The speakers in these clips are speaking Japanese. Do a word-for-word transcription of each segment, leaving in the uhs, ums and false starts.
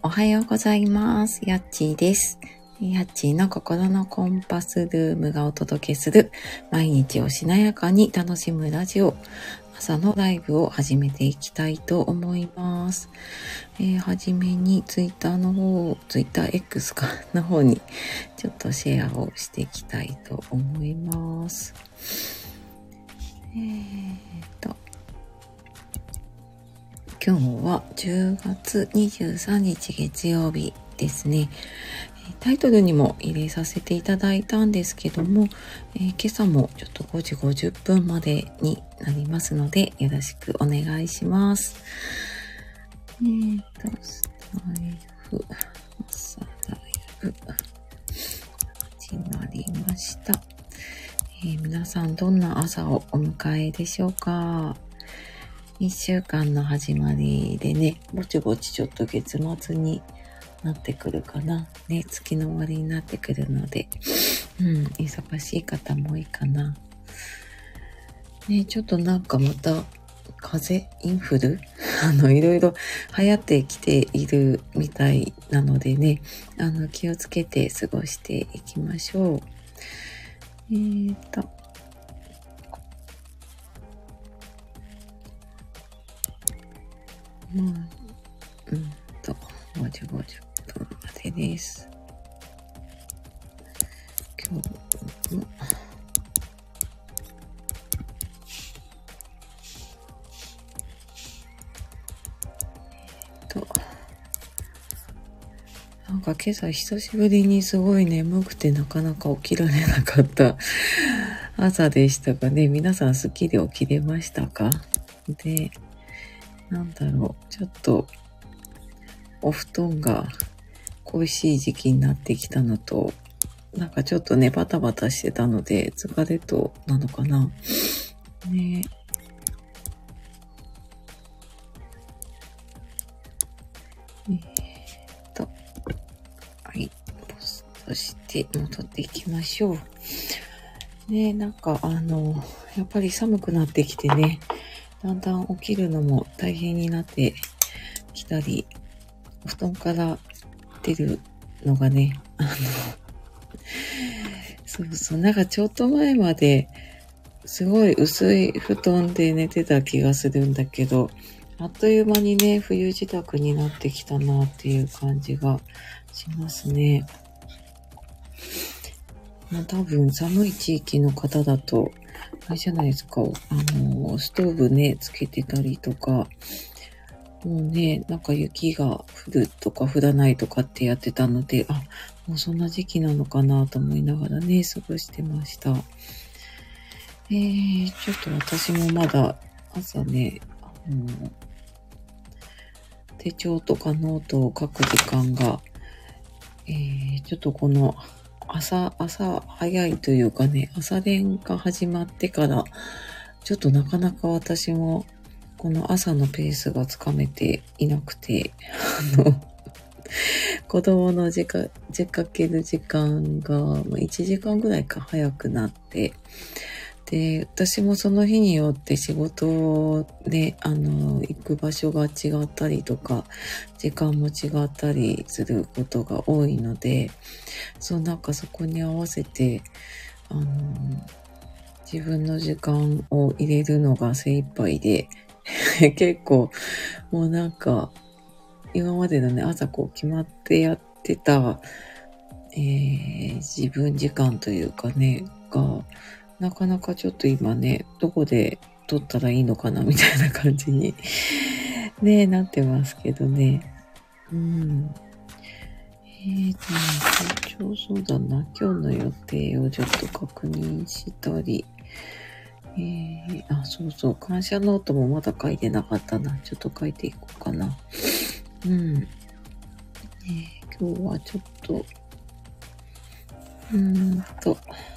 おはようございます。やっちーです。やっちーの心のコンパスルームがお届けする毎日をしなやかに楽しむラジオ、朝のライブを始めていきたいと思います。えー、はじめにツイッターの方、ツイッター X かの方にちょっとシェアをしていきたいと思います。えーと今日はじゅうがつにじゅうさんにち月曜日ですね。タイトルにも入れさせていただいたんですけども、えー、今朝もちょっとごじごじゅっぷんまでになりますので、よろしくお願いします。えーと、スタイフ、朝ライブ、始まりました。えー、皆さんどんな朝をお迎えでしょうか？一週間の始まりでね、ぼちぼちちょっと月末になってくるかな。ね、月の終わりになってくるので、うん、忙しい方も多いかな。ね、ちょっとなんかまた、風邪、インフルあの、いろいろ流行ってきているみたいなのでね、あの、気をつけて過ごしていきましょう。えーと、まあ、うんと、ごじごじゅっぷんまでです。今日も、と、なんか今朝久しぶりにすごい眠くてなかなか起きられなかった朝でしたがね、皆さん好きで起きれましたか？で、なんだろう、ちょっとお布団が恋しい時期になってきたのと、なんかちょっとね、バタバタしてたので、疲れとなのかな。ね。えー、っと、はい。ポストして戻っていきましょう。ね、なんかあの、やっぱり寒くなってきてね、だんだん起きるのも大変になってきたり、お布団から出るのがね、あの、そうそう、なんかちょっと前まですごい薄い布団で寝てた気がするんだけど、あっという間にね、冬支度になってきたなっていう感じがしますね。まあ、多分寒い地域の方だと、あれじゃないですか、あの、ストーブね、つけてたりとか、もうね、なんか雪が降るとか降らないとかってやってたので、あ、もうそんな時期なのかなと思いながらね、過ごしてました。えー、ちょっと私もまだ朝ね、あの、手帳とかノートを書く時間が、えー、ちょっとこの朝、朝早いというかね、朝練が始まってから、ちょっとなかなか私もこの朝のペースがつかめていなくて、あの、子供の出か、出かける時間がいちじかんぐらいか早くなって、で、私もその日によって仕事で、あの、行く場所が違ったりとか、時間も違ったりすることが多いので、そう、なんかそこに合わせて、あの、自分の時間を入れるのが精一杯で、結構、もうなんか、今までのね、朝こう決まってやってた、えー、自分時間というかね、が、なかなかちょっと今ね、どこで撮ったらいいのかなみたいな感じにね、なってますけどね。うん。えーとね、そうだな、今日の予定をちょっと確認したり、えー、あ、そうそう、感謝ノートもまだ書いてなかったな。ちょっと書いていこうかな。うん。えー、今日はちょっと、うーんと、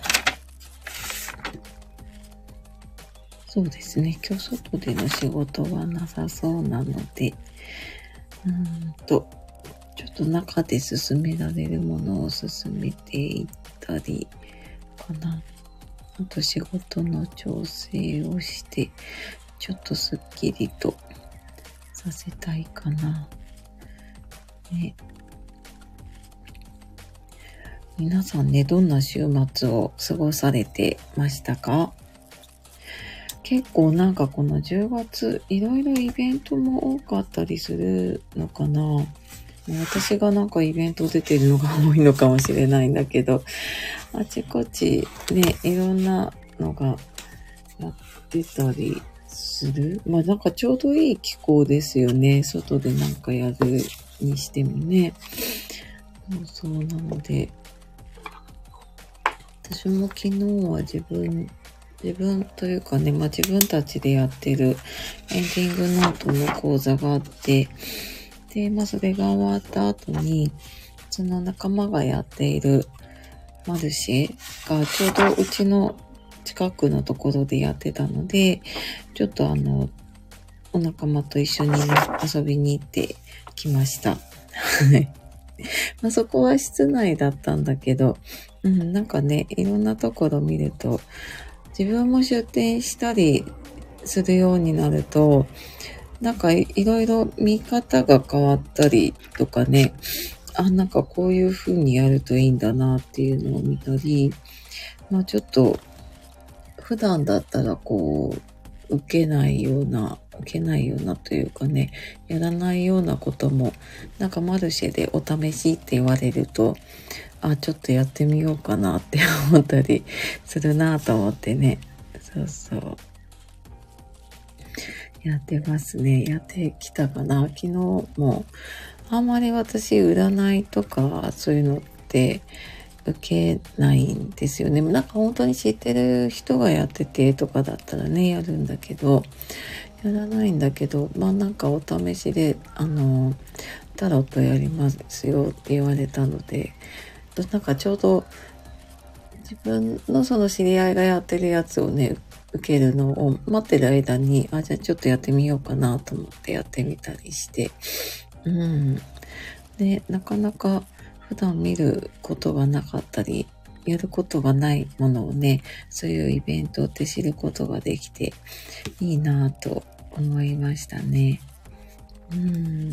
そうですね。今日外での仕事はなさそうなので、うーんと、ちょっと中で進められるものを進めていったりかな。あと仕事の調整をして、ちょっとスッキリとさせたいかな。 ね、皆さんね、どんな週末を過ごされてましたか？結構なんかこのじゅうがつ、いろいろイベントも多かったりするのかな。私がなんかイベント出てるのが多いのかもしれないんだけど、あちこちね、いろんなのがやってたりする。まあなんかちょうどいい気候ですよね。外でなんかやるにしてもね。そうそうなので、私も昨日は自分、自分というかね、まあ自分たちでやってるエンディングノートの講座があって、で、まあそれが終わった後に、その仲間がやっているマルシェがちょうどうちの近くのところでやってたので、ちょっとあの、お仲間と一緒にね、遊びに行ってきました。まあそこは室内だったんだけど、うん、なんかね、いろんなところ見ると、自分も出店したりするようになると、なんかいろいろ見方が変わったりとかね、あ、なんかこういう風にやるといいんだなっていうのを見たり、まあちょっと普段だったらこう、受けないような、受けないようなというかね、やらないようなことも、なんかマルシェでお試しって言われると、あ、ちょっとやってみようかなって思ったりするなと思ってね。そうそう。やってますね。やってきたかな。昨日も、あんまり私、占いとか、そういうのって受けないんですよね。なんか本当に知ってる人がやっててとかだったらね、やるんだけど、やらないんだけど、まあなんかお試しで、あの、タロットやりますよって言われたので、なんかちょうど自分のその知り合いがやってるやつをね、受けるのを待ってる間に、あ、じゃあちょっとやってみようかなと思ってやってみたりして、うん。で、なかなか普段見ることがなかったり、やることがないものをね、そういうイベントって知ることができていいなぁと思いましたね。うん。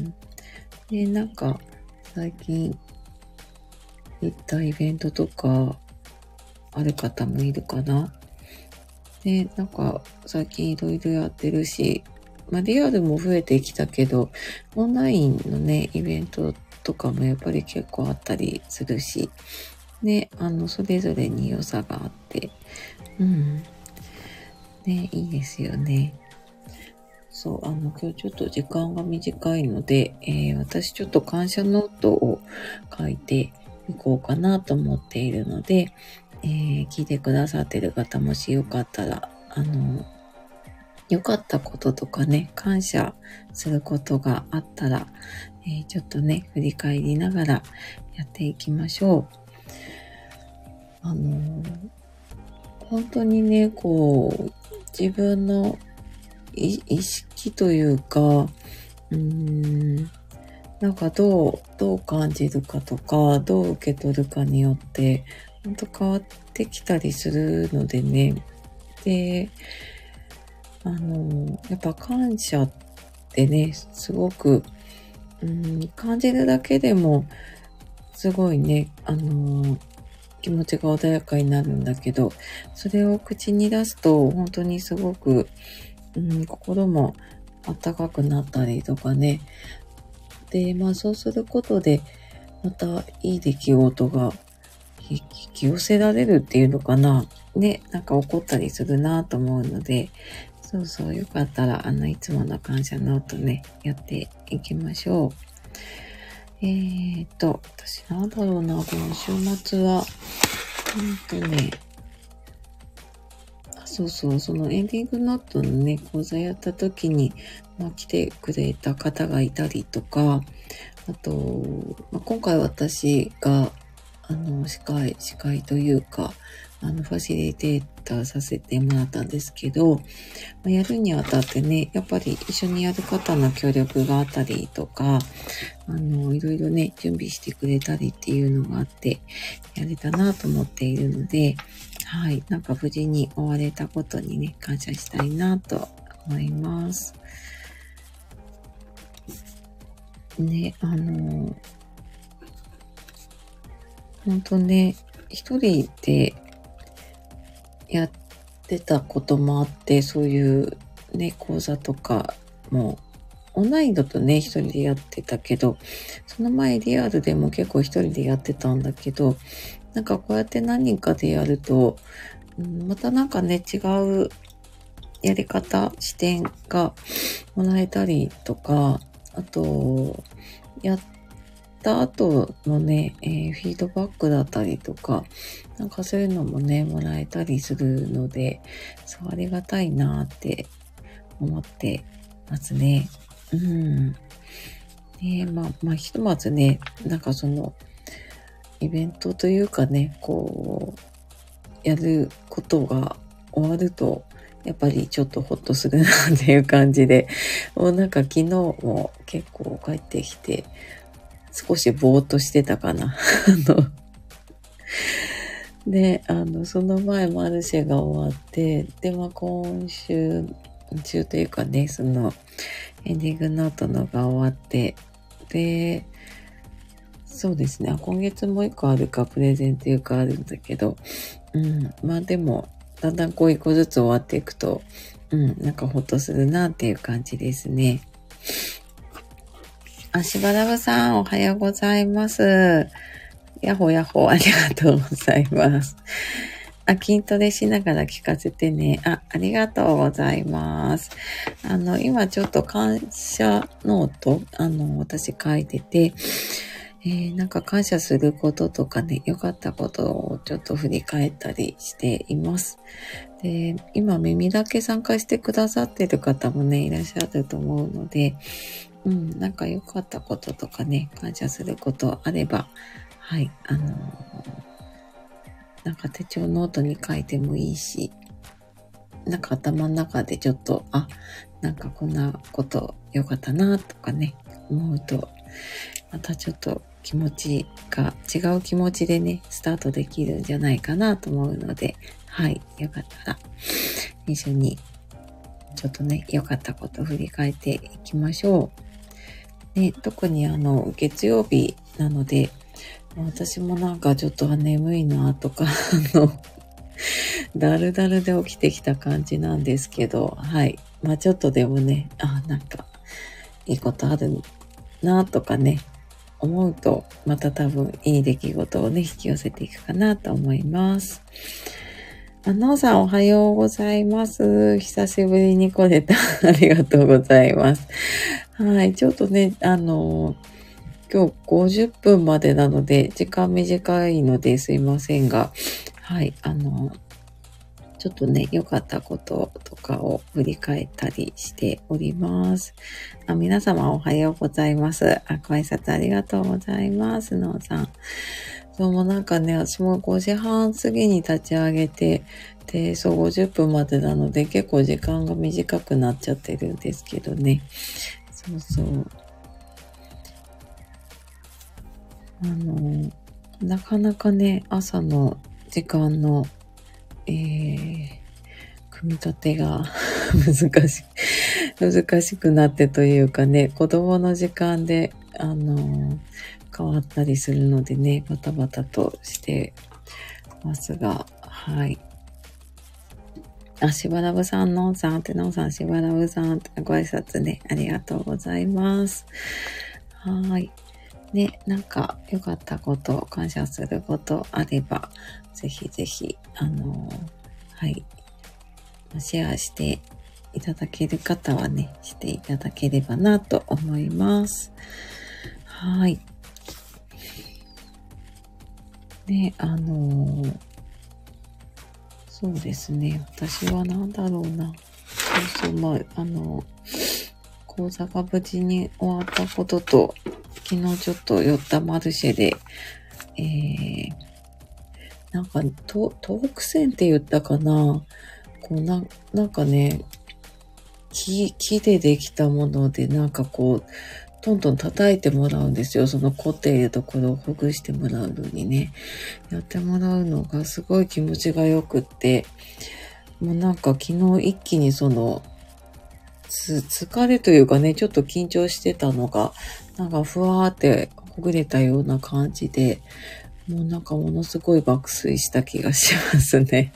で、なんか最近行ったイベントとかある方もいるかな。で、なんか最近いろいろやってるし、まあリアルも増えてきたけど、オンラインのね、イベントとかもやっぱり結構あったりするし、ね、あの、それぞれに良さがあって、うん。ね、いいですよね。そう、あの、今日ちょっと時間が短いので、えー、私ちょっと感謝ノートを書いていこうかなと思っているので、えー、聞いてくださってる方もしよかったら、あの、良かったこととかね、感謝することがあったら、えー、ちょっとね、振り返りながらやっていきましょう。あのー、本当にね、こう、自分の意識というか、うーん、なんかどう、どう感じるかとか、どう受け取るかによって、本当変わってきたりするのでね。で、あの、やっぱ感謝ってね、すごく、うん、感じるだけでも、すごいね、あの、気持ちが穏やかになるんだけど、それを口に出すと、本当にすごく、うん、心も温かくなったりとかね。で、まあそうすることで、またいい出来事が引き寄せられるっていうのかな。ね、なんか起こったりするなと思うので、そうそう、よかったら、あの、いつもの感謝ノートね、やっていきましょう。えーと、私なんだろうな、この週末は、ほんとね、そうそう、そのエンディングノートのね、講座やった時に、まあ、来てくれた方がいたりとか、あと、まあ、今回私が、あの、司会、司会というか、あの、ファシリテーターさせてもらったんですけど、まあ、やるにあたってね、やっぱり一緒にやる方の協力があったりとか、あの、いろいろね、準備してくれたりっていうのがあって、やれたなと思っているので、はい。なんか無事に終われたことにね、感謝したいなと思います。 ね、あの、ほんとね、一人でやってたこともあって、そういうね、講座とかも、オンラインだとね、一人でやってたけど、その前リアルでも結構一人でやってたんだけど、なんかこうやって何人かでやると、うん、またなんかね、違うやり方、視点がもらえたりとか、あと、やった後のね、えーフィードバックだったりとか、なんかそういうのもね、もらえたりするので、そうありがたいなって思ってますね。うん。ねまあ、まあ、ひとまずね、なんかその、イベントというかね、こう、やることが終わると、やっぱりちょっとホッとするなっていう感じで、もうなんか昨日も結構帰ってきて、少しぼーっとしてたかな。あの、で、あの、その前マルシェが終わって、で、まあ今週中というかね、そのエンディングノートのが終わって、で、そうですね。今月もう一個あるか、プレゼンっていうかあるんだけど、うん。まあでも、だんだんこう一個ずつ終わっていくと、うん、なんかほっとするなっていう感じですね。あ、しばらぶさん、おはようございます。やほやほ、ありがとうございます。あ、筋トレしながら聞かせてね。あ、ありがとうございます。あの、今ちょっと感謝ノート、あの、私書いてて、えー、なんか感謝することとかね、良かったことをちょっと振り返ったりしています。で、今耳だけ参加してくださってる方もね、いらっしゃると思うので、うん、なんか良かったこととかね、感謝することあれば、はい、あのー、なんか手帳ノートに書いてもいいし、なんか頭の中でちょっと、あ、なんかこんなこと良かったなとかね、思うと、またちょっと気持ちが違う気持ちでね、スタートできるんじゃないかなと思うので、はい、よかったら一緒にちょっとね、良かったことを振り返っていきましょう。ね、特にあの、月曜日なので、私もなんかちょっと眠いなとか、あの、だるだるで起きてきた感じなんですけど、はい。まあちょっとでもね、あ、なんか、いいことあるなとかね、思うと、また多分いい出来事をね、引き寄せていくかなと思います。あのさんおはようございます。久しぶりに来れた。ありがとうございます。はい。ちょっとね、あの、今日ごじゅっぷんまでなので、時間短いのですいませんが、はい。あの、ちょっとね、良かったこととかを振り返ったりしております。あ、皆様おはようございます。あ、ご挨拶ありがとうございます。のうさん。そうもなんかね、私もごじはん過ぎに立ち上げて、で、そうごじゅっぷんまでなので結構時間が短くなっちゃってるんですけどね。そうそう。あの、なかなかね、朝の時間の、えー、組み立てが難しい、難しくなってというかね、子供の時間で、あの、変わったりするのでね、バタバタとしてますが、はい。あ、しばらぶさん、のんさんって、のんさん、しばらぶさんってご挨拶ね、ありがとうございます。はい。ね、なんか良かったこと、感謝することあれば、ぜひぜひ、あの、はい、シェアしていただける方はね、していただければなと思います。はい。ね、あのー、そうですね。私は何だろうな。そうそう、まあ、あの、講座が無事に終わったことと、昨日ちょっと寄ったマルシェで、えー、なんか、トーク線って言ったかな。こうな、なんかね、木、木でできたもので、なんかこう、トントン叩いてもらうんですよ。その凝っているところをほぐしてもらうのにね。やってもらうのがすごい気持ちがよくって、もうなんか昨日一気にその、 つ、疲れというかね、ちょっと緊張してたのが、なんかふわーってほぐれたような感じで、もうなんかものすごい爆睡した気がしますね。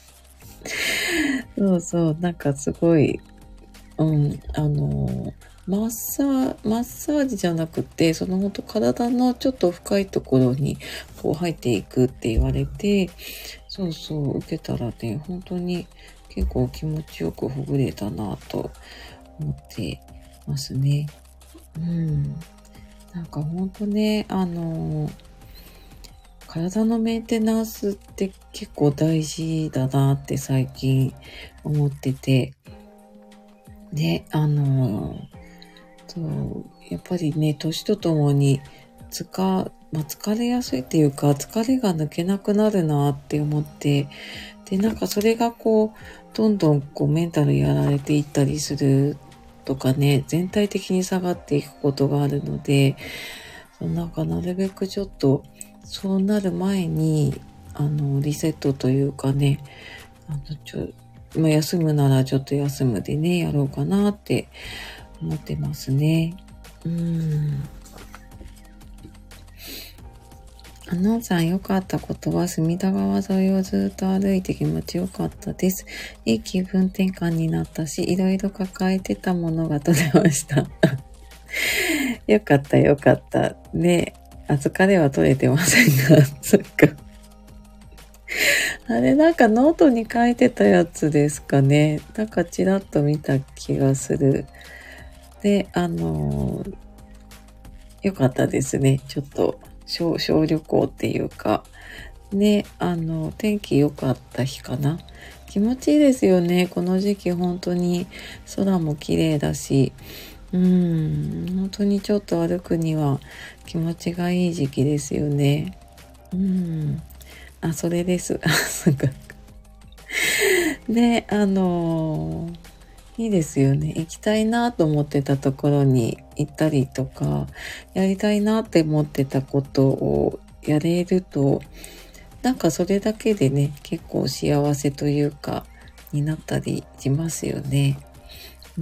そうそう、なんかすごい、うん、あの、マッサー、マッサージじゃなくて、そのほんと体のちょっと深いところにこう入っていくって言われて、そうそう、受けたらね、本当に結構気持ちよくほぐれたなと思ってますね。うん。なんかほんとね、あの、体のメンテナンスって結構大事だなって最近思ってて、で、あの、そう、やっぱりね、年とともに、つか、まあ、疲れやすいっていうか、疲れが抜けなくなるなって思って、で、なんかそれがこう、どんどんこうメンタルやられていったりするとかね、全体的に下がっていくことがあるので、なんかなるべくちょっと、そうなる前に、あの、リセットというかね、あの、ちょ、まあ、休むならちょっと休むでね、やろうかなって思ってますね。うーん。あのんさん、良かったことは隅田川沿いをずっと歩いて気持ちよかったです。いい気分転換になったし、いろいろ抱えてたものが取れました。よかった、よかった。ね、あ、疲れは取れてませんが、そっか。あれ、なんかノートに書いてたやつですかね。なんかちらっと見た気がする。で、あのー、よかったですね。ちょっと小、小旅行っていうか、ね、あの、天気良かった日かな。気持ちいいですよね。この時期本当に空も綺麗だし、うん、本当にちょっと歩くには気持ちがいい時期ですよね。うん。あ、それです。で、あのーいいですよね。行きたいなと思ってたところに行ったりとか、やりたいなって思ってたことをやれると、なんかそれだけでね、結構幸せというか、になったりしますよね。うん。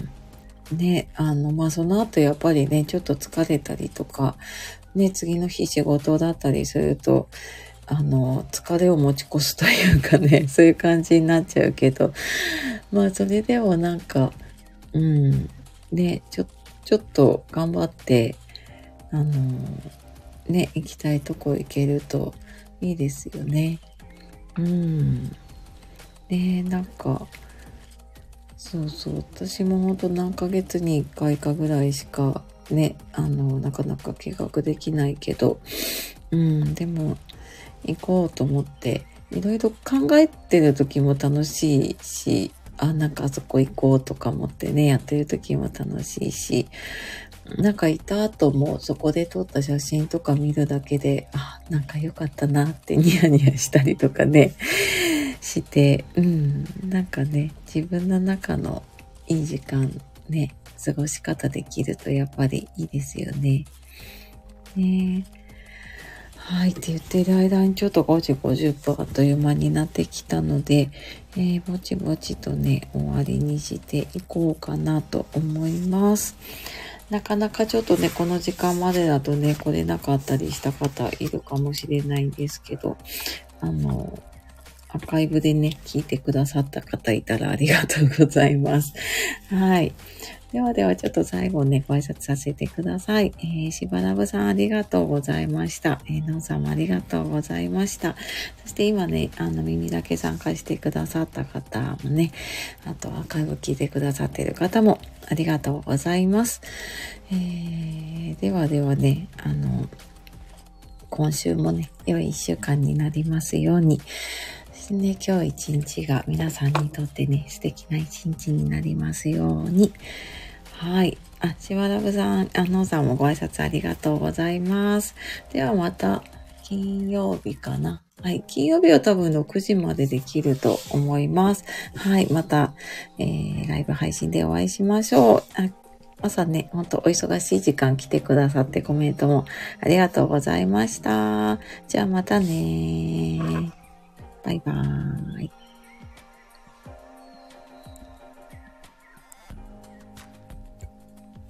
ね、あの、まあ、その後やっぱりね、ちょっと疲れたりとか、ね、次の日仕事だったりすると、あの、疲れを持ち越すというかね、そういう感じになっちゃうけど、まあ、それでもなんか、うん、ね、ちょ、ちょっと頑張って、あの、ね、行きたいとこ行けるといいですよね。うん。ね、なんか、そうそう、私もほんと何ヶ月にいっかいかぐらいしかね、あの、なかなか計画できないけど、うん、でも、行こうと思って、いろいろ考えてる時も楽しいし、あ、なんかあそこ行こうとか思ってね、やってる時も楽しいし、なんか行った後もそこで撮った写真とか見るだけで、あ、なんか良かったなってニヤニヤしたりとかね、して、うん、なんかね、自分の中のいい時間ね、過ごし方できるとやっぱりいいですよね。ねはい。って言ってる間にちょっとごじごじゅっぷんあっという間になってきたので、えー、ぼちぼちとね、終わりにしていこうかなと思います。なかなかちょっとね、この時間までだとね、来れなかったりした方いるかもしれないんですけど、あの、アーカイブでね、聞いてくださった方いたらありがとうございます。はい。ではではちょっと最後ね、ご挨拶させてください。えー、しばらぶさんありがとうございました。えー、のんさんもありがとうございました。そして今ね、あの耳だけ参加してくださった方もね、あとアーカイブ聞いてくださっている方もありがとうございます。えー、ではではね、あの、今週もね、良い一週間になりますように、そしてね、今日一日が皆さんにとってね、素敵な一日になりますように。はい。あ、しばらぶさん、あのさんもご挨拶ありがとうございます。ではまた、金曜日かな。はい。金曜日は多分ろくじまでできると思います。はい。また、えー、ライブ配信でお会いしましょう。あ朝ね、ほんとお忙しい時間来てくださってコメントもありがとうございました。じゃあまたね。バイバーイ。